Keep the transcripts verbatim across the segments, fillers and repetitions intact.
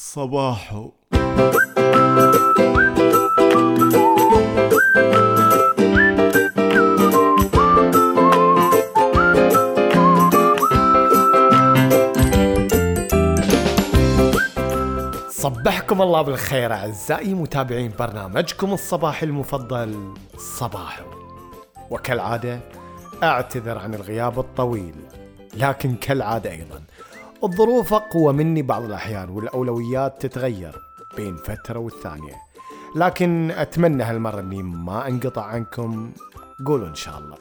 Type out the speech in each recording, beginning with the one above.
صباحو. صبحكم الله بالخير أعزائي متابعين برنامجكم الصباحي المفضل صباحو. وكالعادة أعتذر عن الغياب الطويل، لكن كالعادة أيضا الظروف أقوى مني بعض الأحيان والأولويات تتغير بين فترة والثانية، لكن أتمنى هالمرة أني ما أنقطع عنكم. قولوا إن شاء الله.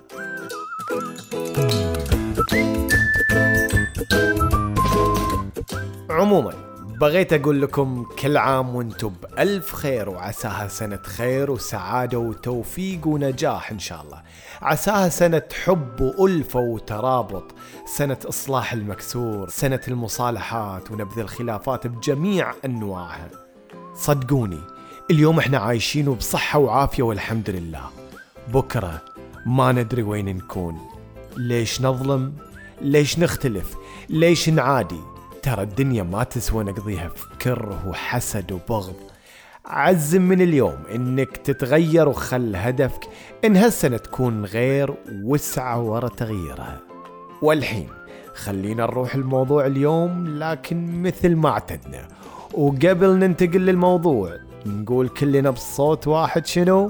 عموما بغيت أقول لكم كل عام وانتم بألف خير، وعساها سنة خير وسعادة وتوفيق ونجاح إن شاء الله. عساها سنة حب وألفة وترابط، سنة إصلاح المكسور، سنة المصالحات ونبذ الخلافات بجميع أنواعها. صدقوني اليوم احنا عايشين بصحة وعافية والحمد لله. بكرة ما ندري وين نكون. ليش نظلم؟ ليش نختلف؟ ليش نعادي؟ ترى الدنيا ما تسوى نقضيها في كره وحسد وبغض. عزم من اليوم انك تتغير وخل هدفك ان هالسنة تكون غير، وسعى ورا تغييرها. والحين خلينا نروح الموضوع اليوم، لكن مثل ما اعتدنا وقبل ننتقل للموضوع نقول كلنا بصوت واحد شنو؟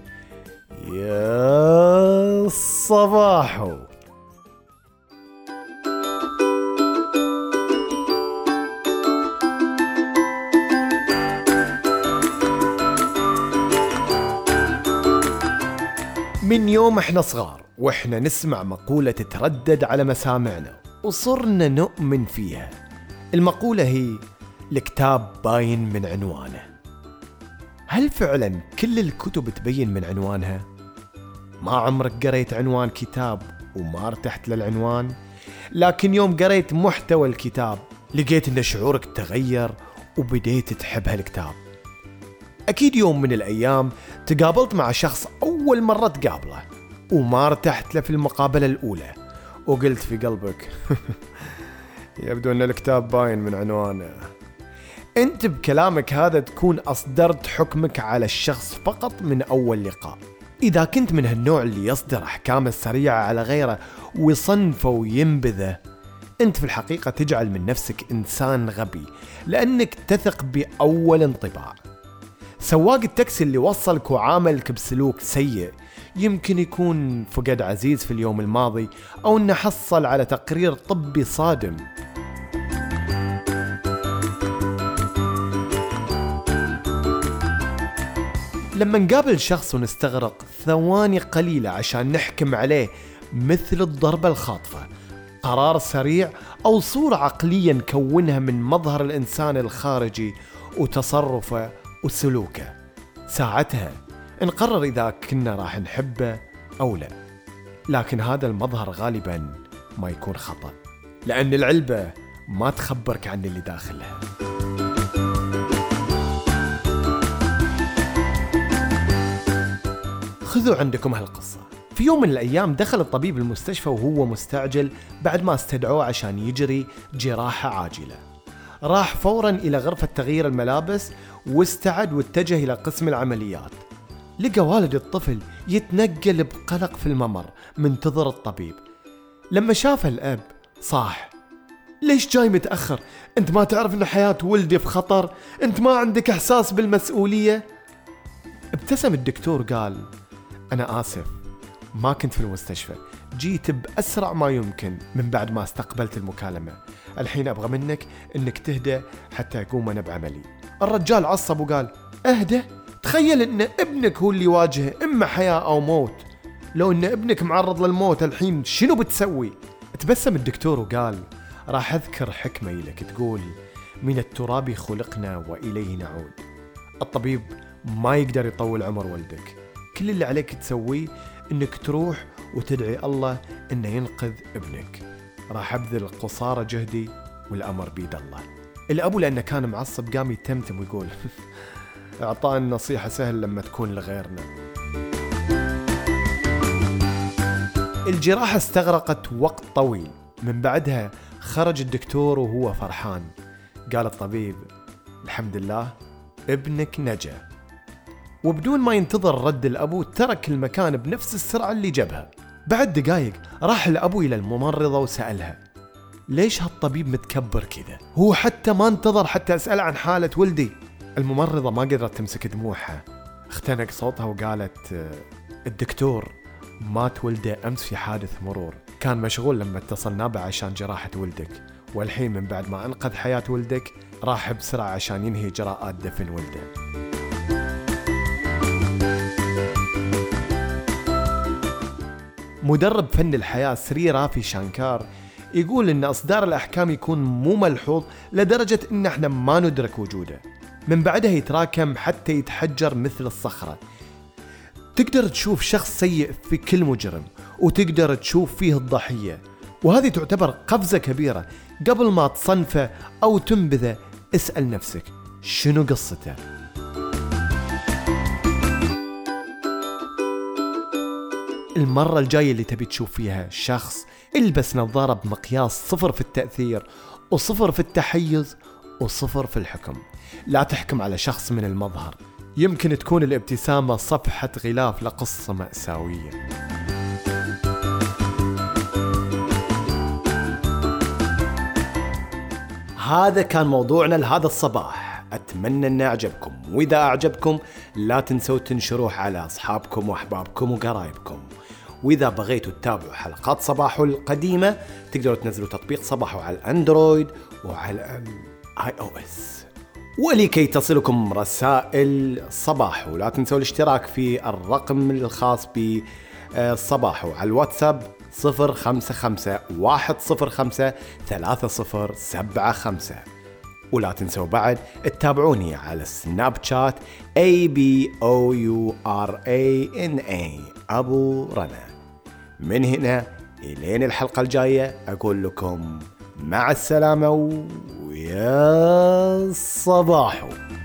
يا صباحو. من يوم احنا صغار واحنا نسمع مقولة تتردد على مسامعنا وصرنا نؤمن فيها. المقولة هي الكتاب باين من عنوانه. هل فعلا كل الكتب تبين من عنوانها؟ ما عمرك قريت عنوان كتاب وما ارتحت للعنوان؟ لكن يوم قريت محتوى الكتاب لقيت ان شعورك تغير وبديت تحب هالكتاب. أكيد يوم من الأيام تقابلت مع شخص أول مرة تقابله وما ارتحت له في المقابلة الأولى، وقلت في قلبك يبدو أن الكتاب باين من عنوانه. أنت بكلامك هذا تكون أصدرت حكمك على الشخص فقط من أول لقاء. إذا كنت من هالنوع اللي يصدر أحكام السريعة على غيره ويصنفه وينبذه، أنت في الحقيقة تجعل من نفسك إنسان غبي، لأنك تثق بأول انطباع. سواق التاكسي اللي وصلك وعاملك بسلوك سيء يمكن يكون فقد عزيز في اليوم الماضي، أو أنه حصل على تقرير طبي صادم. لما نقابل شخص ونستغرق ثواني قليلة عشان نحكم عليه مثل الضربة الخاطفة، قرار سريع أو صورة عقلية نكونها من مظهر الإنسان الخارجي وتصرفه وسلوكه، ساعتها نقرر إذا كنا راح نحبه أو لا. لكن هذا المظهر غالبا ما يكون خطأ، لأن العلبة ما تخبرك عن اللي داخلها. خذوا عندكم هالقصة. في يوم من الأيام دخل الطبيب المستشفى وهو مستعجل بعد ما استدعوه عشان يجري جراحة عاجلة. راح فوراً إلى غرفة تغيير الملابس واستعد واتجه إلى قسم العمليات. لقى والد الطفل يتنقل بقلق في الممر منتظر الطبيب. لما شاف الأب صاح: ليش جاي متأخر؟ أنت ما تعرف أن حياة ولدي في خطر؟ أنت ما عندك إحساس بالمسؤولية؟ ابتسم الدكتور قال: أنا آسف، ما كنت في المستشفى، جيت بأسرع ما يمكن من بعد ما استقبلت المكالمة. الحين أبغى منك أنك تهدى حتى أقوم أنا بعملي. الرجال عصب وقال: أهدى؟ تخيل أن ابنك هو اللي يواجه إما حياة أو موت. لو أن ابنك معرض للموت الحين شنو بتسوي؟ تبسم الدكتور وقال: راح أذكر حكمة لك تقول: من التراب خلقنا وإليه نعود. الطبيب ما يقدر يطول عمر ولدك، كل اللي عليك تسويه أنك تروح وتدعي الله أنه ينقذ ابنك. راح أبذل قصارى جهدي والأمر بيد الله. الأبو لأنه كان معصب قام يتمتم ويقول: أعطانا النصيحة سهل لما تكون لغيرنا. الجراحة استغرقت وقت طويل. من بعدها خرج الدكتور وهو فرحان. قال الطبيب: الحمد لله ابنك نجا. وبدون ما ينتظر رد الأبو ترك المكان بنفس السرعة اللي جابها. بعد دقايق راح الأبو إلى الممرضة وسألها ليش هالطبيب متكبر كذا؟ هو حتى ما انتظر حتى أسأل عن حالة ولدي. الممرضة ما قدرت تمسك دموعها، اختنق صوتها وقالت الدكتور مات ولده أمس في حادث مرور، كان مشغول لما اتصلنا به عشان جراحة ولدك، والحين من بعد ما أنقذ حياة ولدك راح بسرعة عشان ينهي إجراءات دفن ولده. مدرب فن الحياة سري رافي شانكار يقول إن إصدار الأحكام يكون مو ملحوظ لدرجة إن احنا ما ندرك وجوده، من بعدها يتراكم حتى يتحجر مثل الصخرة. تقدر تشوف شخص سيء في كل مجرم، وتقدر تشوف فيه الضحية، وهذه تعتبر قفزة كبيرة. قبل ما تصنفه أو تنبذه اسأل نفسك شنو قصته. المرة الجاية اللي تبي تشوف فيها شخص البس نظارة بمقياس صفر في التأثير وصفر في التحيز وصفر في الحكم. لا تحكم على شخص من المظهر، يمكن تكون الابتسامة صفحة غلاف لقصة مأساوية. هذا كان موضوعنا لهذا الصباح، أتمنى أن أعجبكم، وإذا أعجبكم لا تنسوا تنشروه على أصحابكم وأحبابكم وقرايبكم. وإذا بغيتوا تتابعوا حلقات صباحو القديمة تقدروا تنزلوا تطبيق صباحو على الأندرويد وعلى الآي أو إس. ولكي تصلكم رسائل صباحو لا تنسوا الاشتراك في الرقم الخاص بصباحو على الواتساب صفر خمسة خمسة واحد صفر خمسة ثلاثة صفر سبعة خمسة. ولا تنسوا بعد تتابعوني على سناب شات A B O U R A N A أبو رنا. من هنا إلين الحلقة الجاية أقول لكم مع السلامة ويا صباحو.